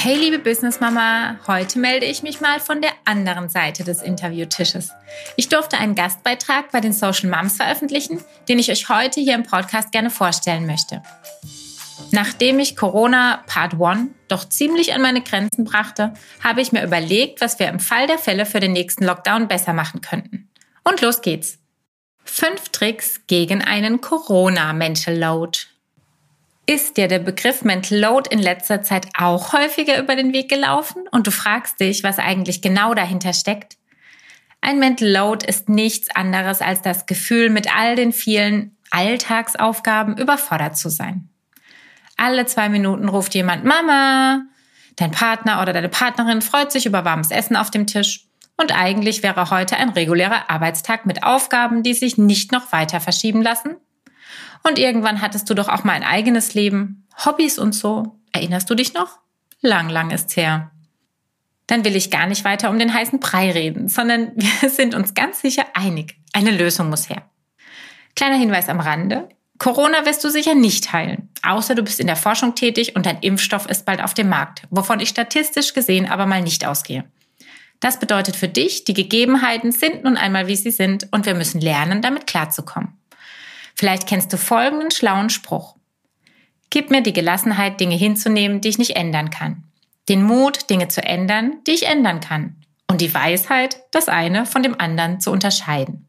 Hey liebe Businessmama, heute melde ich mich mal von der anderen Seite des Interviewtisches. Ich durfte einen Gastbeitrag bei den Social Moms veröffentlichen, den ich euch heute hier im Podcast gerne vorstellen möchte. Nachdem ich Corona Part 1 doch ziemlich an meine Grenzen brachte, habe ich mir überlegt, was wir im Fall der Fälle für den nächsten Lockdown besser machen könnten. Und los geht's. 5 Tricks gegen einen Corona-Mental Load. Ist dir der Begriff Mental Load in letzter Zeit auch häufiger über den Weg gelaufen und du fragst dich, was eigentlich genau dahinter steckt? Ein Mental Load ist nichts anderes als das Gefühl, mit all den vielen Alltagsaufgaben überfordert zu sein. Alle 2 Minuten ruft jemand Mama, dein Partner oder deine Partnerin freut sich über warmes Essen auf dem Tisch und eigentlich wäre heute ein regulärer Arbeitstag mit Aufgaben, die sich nicht noch weiter verschieben lassen. Und irgendwann hattest du doch auch mal ein eigenes Leben, Hobbys und so. Erinnerst du dich noch? Lang ist's her. Dann will ich gar nicht weiter um den heißen Brei reden, sondern wir sind uns ganz sicher einig. Eine Lösung muss her. Kleiner Hinweis am Rande. Corona wirst du sicher nicht heilen, außer du bist in der Forschung tätig und dein Impfstoff ist bald auf dem Markt, wovon ich statistisch gesehen aber mal nicht ausgehe. Das bedeutet für dich, die Gegebenheiten sind nun einmal, wie sie sind und wir müssen lernen, damit klarzukommen. Vielleicht kennst du folgenden schlauen Spruch. Gib mir die Gelassenheit, Dinge hinzunehmen, die ich nicht ändern kann. Den Mut, Dinge zu ändern, die ich ändern kann. Und die Weisheit, das eine von dem anderen zu unterscheiden.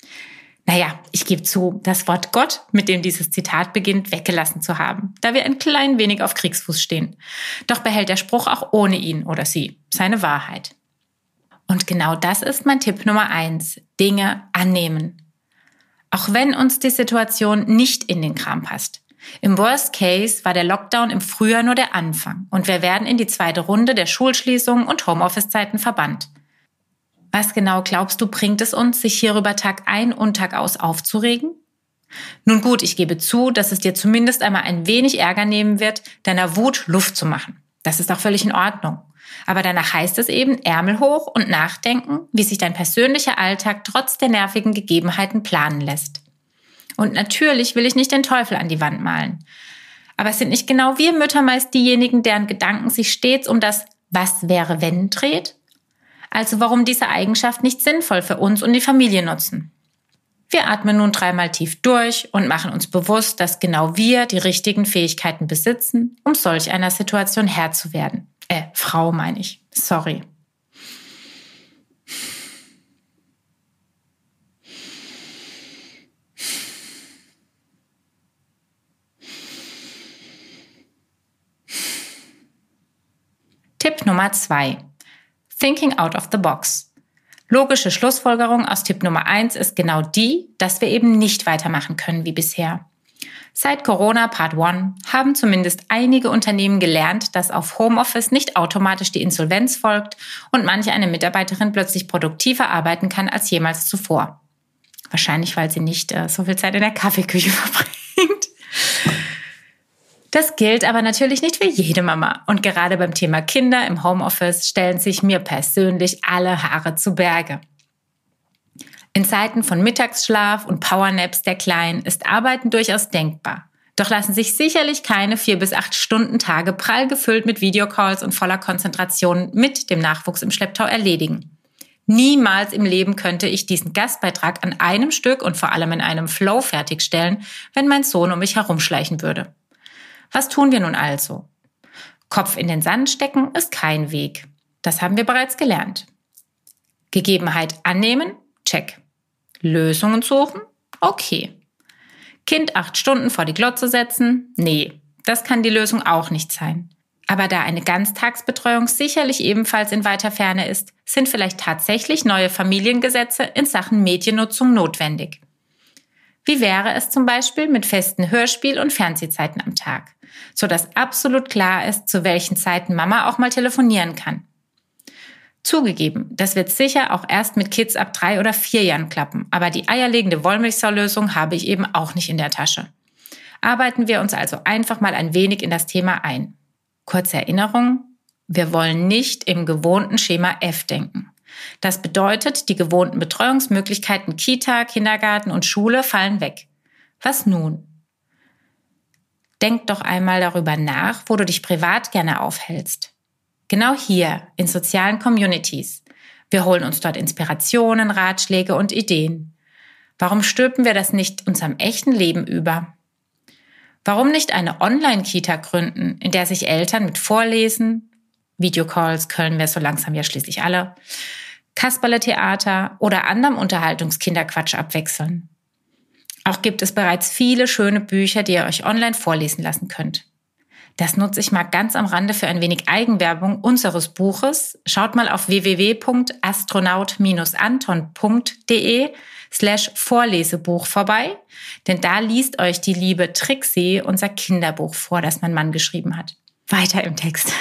Naja, ich gebe zu, das Wort Gott, mit dem dieses Zitat beginnt, weggelassen zu haben, da wir ein klein wenig auf Kriegsfuß stehen. Doch behält der Spruch auch ohne ihn oder sie seine Wahrheit. Und genau das ist mein Tipp Nummer 1. Dinge annehmen. Auch wenn uns die Situation nicht in den Kram passt. Im Worst Case war der Lockdown im Frühjahr nur der Anfang und wir werden in die zweite Runde der Schulschließungen und Homeoffice-Zeiten verbannt. Was genau glaubst du, bringt es uns, sich hierüber Tag ein und Tag aus aufzuregen? Nun gut, ich gebe zu, dass es dir zumindest einmal ein wenig Ärger nehmen wird, deiner Wut Luft zu machen. Das ist auch völlig in Ordnung. Aber danach heißt es eben Ärmel hoch und nachdenken, wie sich dein persönlicher Alltag trotz der nervigen Gegebenheiten planen lässt. Und natürlich will ich nicht den Teufel an die Wand malen. Aber es sind nicht genau wir Mütter meist diejenigen, deren Gedanken sich stets um das Was wäre wenn dreht? Also warum diese Eigenschaft nicht sinnvoll für uns und die Familie nutzen? Wir atmen nun 3-mal tief durch und machen uns bewusst, dass genau wir die richtigen Fähigkeiten besitzen, um solch einer Situation Herr zu werden. Frau meine ich. Sorry. Tipp Nummer 2. Thinking out of the box. Logische Schlussfolgerung aus Tipp Nummer 1 ist genau die, dass wir eben nicht weitermachen können wie bisher. Seit Corona Part 1 haben zumindest einige Unternehmen gelernt, dass auf Homeoffice nicht automatisch die Insolvenz folgt und manche eine Mitarbeiterin plötzlich produktiver arbeiten kann als jemals zuvor. Wahrscheinlich, weil sie nicht so viel Zeit in der Kaffeeküche verbringt. Das gilt aber natürlich nicht für jede Mama. Und gerade beim Thema Kinder im Homeoffice stellen sich mir persönlich alle Haare zu Berge. In Zeiten von Mittagsschlaf und Powernaps der Kleinen ist Arbeiten durchaus denkbar. Doch lassen sich sicherlich keine 4 bis 8 Stunden Tage prall gefüllt mit Videocalls und voller Konzentration mit dem Nachwuchs im Schlepptau erledigen. Niemals im Leben könnte ich diesen Gastbeitrag an einem Stück und vor allem in einem Flow fertigstellen, wenn mein Sohn um mich herumschleichen würde. Was tun wir nun also? Kopf in den Sand stecken ist kein Weg. Das haben wir bereits gelernt. Gegebenheit annehmen? Check. Lösungen suchen? Okay. Kind 8 Stunden vor die Glotze setzen? Nee, das kann die Lösung auch nicht sein. Aber da eine Ganztagsbetreuung sicherlich ebenfalls in weiter Ferne ist, sind vielleicht tatsächlich neue Familiengesetze in Sachen Mediennutzung notwendig. Wie wäre es zum Beispiel mit festen Hörspiel- und Fernsehzeiten am Tag, sodass absolut klar ist, zu welchen Zeiten Mama auch mal telefonieren kann? Zugegeben, das wird sicher auch erst mit Kids ab 3 oder 4 Jahren klappen, aber die eierlegende Wollmilchsau-Lösung habe ich eben auch nicht in der Tasche. Arbeiten wir uns also einfach mal ein wenig in das Thema ein. Kurze Erinnerung, wir wollen nicht im gewohnten Schema F denken. Das bedeutet, die gewohnten Betreuungsmöglichkeiten Kita, Kindergarten und Schule fallen weg. Was nun? Denk doch einmal darüber nach, wo du dich privat gerne aufhältst. Genau hier in sozialen Communities. Wir holen uns dort Inspirationen, Ratschläge und Ideen. Warum stülpen wir das nicht unserem echten Leben über? Warum nicht eine Online-Kita gründen, in der sich Eltern mit Vorlesen, Videocalls können wir so langsam ja schließlich alle, Kasperle-Theater oder anderem Unterhaltungskinderquatsch abwechseln? Auch gibt es bereits viele schöne Bücher, die ihr euch online vorlesen lassen könnt. Das nutze ich mal ganz am Rande für ein wenig Eigenwerbung unseres Buches. Schaut mal auf www.astronaut-anton.de/Vorlesebuch vorbei, denn da liest euch die liebe Trixie unser Kinderbuch vor, das mein Mann geschrieben hat. Weiter im Text.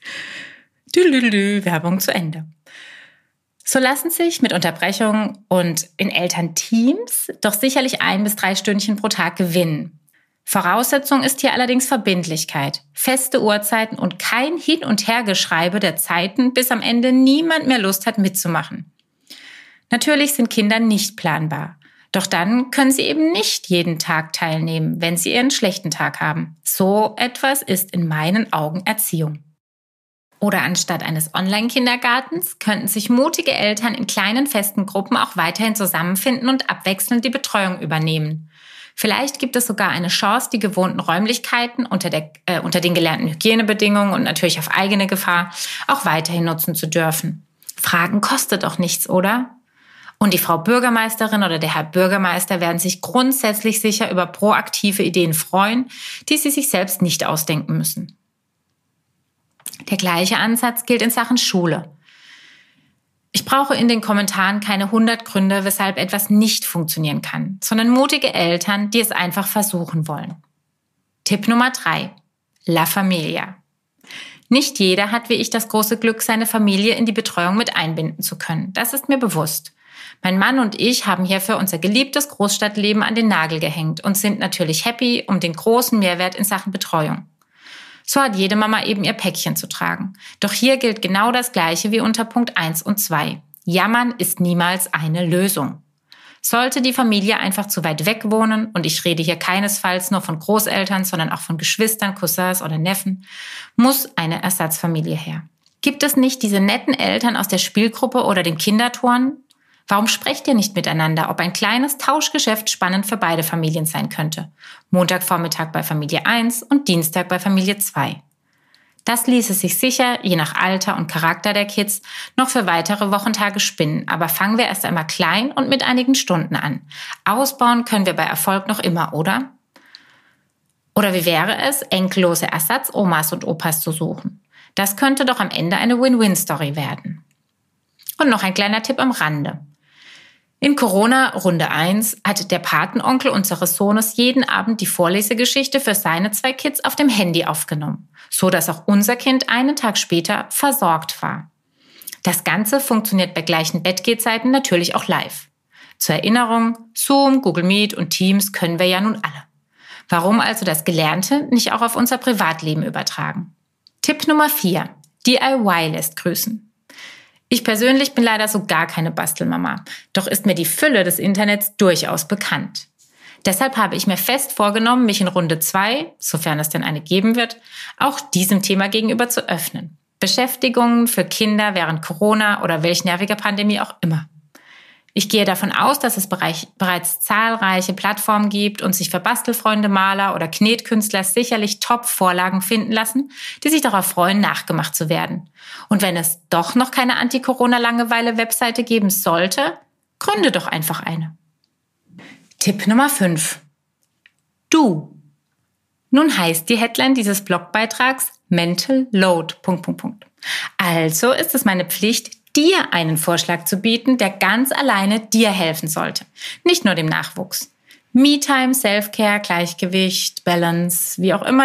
Werbung zu Ende. So lassen sich mit Unterbrechungen und in Elternteams doch sicherlich 1 bis 3 Stündchen pro Tag gewinnen. Voraussetzung ist hier allerdings Verbindlichkeit, feste Uhrzeiten und kein Hin- und Hergeschreibe der Zeiten, bis am Ende niemand mehr Lust hat mitzumachen. Natürlich sind Kinder nicht planbar, doch dann können sie eben nicht jeden Tag teilnehmen, wenn sie ihren schlechten Tag haben. So etwas ist in meinen Augen Erziehung. Oder anstatt eines Online-Kindergartens könnten sich mutige Eltern in kleinen festen Gruppen auch weiterhin zusammenfinden und abwechselnd die Betreuung übernehmen. Vielleicht gibt es sogar eine Chance, die gewohnten Räumlichkeiten unter den gelernten Hygienebedingungen und natürlich auf eigene Gefahr auch weiterhin nutzen zu dürfen. Fragen kostet doch nichts, oder? Und die Frau Bürgermeisterin oder der Herr Bürgermeister werden sich grundsätzlich sicher über proaktive Ideen freuen, die sie sich selbst nicht ausdenken müssen. Der gleiche Ansatz gilt in Sachen Schule. Ich brauche in den Kommentaren keine 100 Gründe, weshalb etwas nicht funktionieren kann, sondern mutige Eltern, die es einfach versuchen wollen. Tipp Nummer 3. La Familia. Nicht jeder hat wie ich das große Glück, seine Familie in die Betreuung mit einbinden zu können. Das ist mir bewusst. Mein Mann und ich haben hierfür unser geliebtes Großstadtleben an den Nagel gehängt und sind natürlich happy um den großen Mehrwert in Sachen Betreuung. So hat jede Mama eben ihr Päckchen zu tragen. Doch hier gilt genau das Gleiche wie unter Punkt 1 und 2. Jammern ist niemals eine Lösung. Sollte die Familie einfach zu weit weg wohnen, und ich rede hier keinesfalls nur von Großeltern, sondern auch von Geschwistern, Cousins oder Neffen, muss eine Ersatzfamilie her. Gibt es nicht diese netten Eltern aus der Spielgruppe oder dem Kinderturnen? Warum sprecht ihr nicht miteinander, ob ein kleines Tauschgeschäft spannend für beide Familien sein könnte? Montagvormittag bei Familie 1 und Dienstag bei Familie 2. Das ließe sich sicher, je nach Alter und Charakter der Kids, noch für weitere Wochentage spinnen. Aber fangen wir erst einmal klein und mit einigen Stunden an. Ausbauen können wir bei Erfolg noch immer, oder? Oder wie wäre es, enkellose Ersatz-Omas und Opas zu suchen? Das könnte doch am Ende eine Win-Win-Story werden. Und noch ein kleiner Tipp am Rande. In Corona Runde 1 hat der Patenonkel unseres Sohnes jeden Abend die Vorlesegeschichte für seine 2 Kids auf dem Handy aufgenommen, so dass auch unser Kind einen Tag später versorgt war. Das Ganze funktioniert bei gleichen Bettgehzeiten natürlich auch live. Zur Erinnerung, Zoom, Google Meet und Teams können wir ja nun alle. Warum also das Gelernte nicht auch auf unser Privatleben übertragen? Tipp Nummer 4. DIY lässt grüßen. Ich persönlich bin leider so gar keine Bastelmama, doch ist mir die Fülle des Internets durchaus bekannt. Deshalb habe ich mir fest vorgenommen, mich in Runde 2, sofern es denn eine geben wird, auch diesem Thema gegenüber zu öffnen. Beschäftigungen für Kinder während Corona oder welch nerviger Pandemie auch immer. Ich gehe davon aus, dass es bereits zahlreiche Plattformen gibt und sich für Bastelfreunde, Maler oder Knetkünstler sicherlich Top-Vorlagen finden lassen, die sich darauf freuen, nachgemacht zu werden. Und wenn es doch noch keine Anti-Corona-Langeweile-Webseite geben sollte, gründe doch einfach eine. Tipp Nummer 5. Du. Nun heißt die Headline dieses Blogbeitrags Mental Load. Also ist es meine Pflicht, dir einen Vorschlag zu bieten, der ganz alleine dir helfen sollte. Nicht nur dem Nachwuchs. Me-Time, Self-Care, Gleichgewicht, Balance, wie auch immer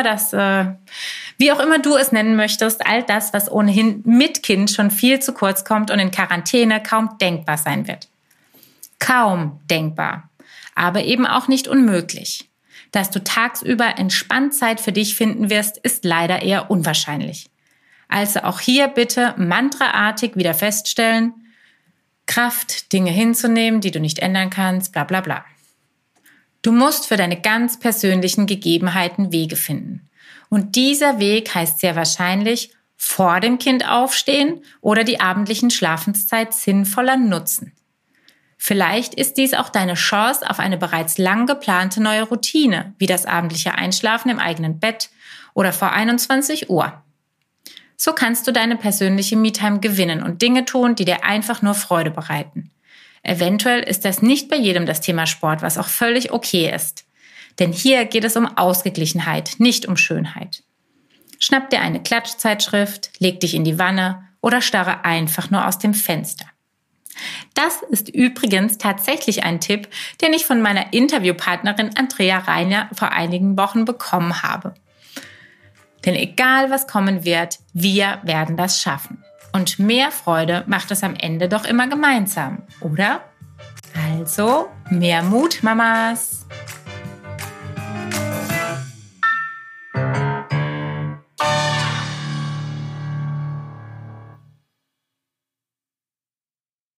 du es nennen möchtest, all das, was ohnehin mit Kind schon viel zu kurz kommt und in Quarantäne kaum denkbar sein wird. Kaum denkbar, aber eben auch nicht unmöglich. Dass du tagsüber entspannt Zeit für dich finden wirst, ist leider eher unwahrscheinlich. Also auch hier bitte mantraartig wieder feststellen, Kraft, Dinge hinzunehmen, die du nicht ändern kannst, bla bla bla. Du musst für deine ganz persönlichen Gegebenheiten Wege finden. Und dieser Weg heißt sehr wahrscheinlich Vor dem Kind aufstehen oder die abendlichen Schlafenszeit sinnvoller nutzen? Vielleicht ist dies auch deine Chance auf eine bereits lang geplante neue Routine, wie das abendliche Einschlafen im eigenen Bett oder vor 21 Uhr. So kannst du deine persönliche Me-Time gewinnen und Dinge tun, die dir einfach nur Freude bereiten. Eventuell ist das nicht bei jedem das Thema Sport, was auch völlig okay ist. Denn hier geht es um Ausgeglichenheit, nicht um Schönheit. Schnapp dir eine Klatschzeitschrift, leg dich in die Wanne oder starre einfach nur aus dem Fenster. Das ist übrigens tatsächlich ein Tipp, den ich von meiner Interviewpartnerin Andrea Reiner vor einigen Wochen bekommen habe. Denn egal was kommen wird, wir werden das schaffen. Und mehr Freude macht es am Ende doch immer gemeinsam, oder? Also, mehr Mut, Mamas!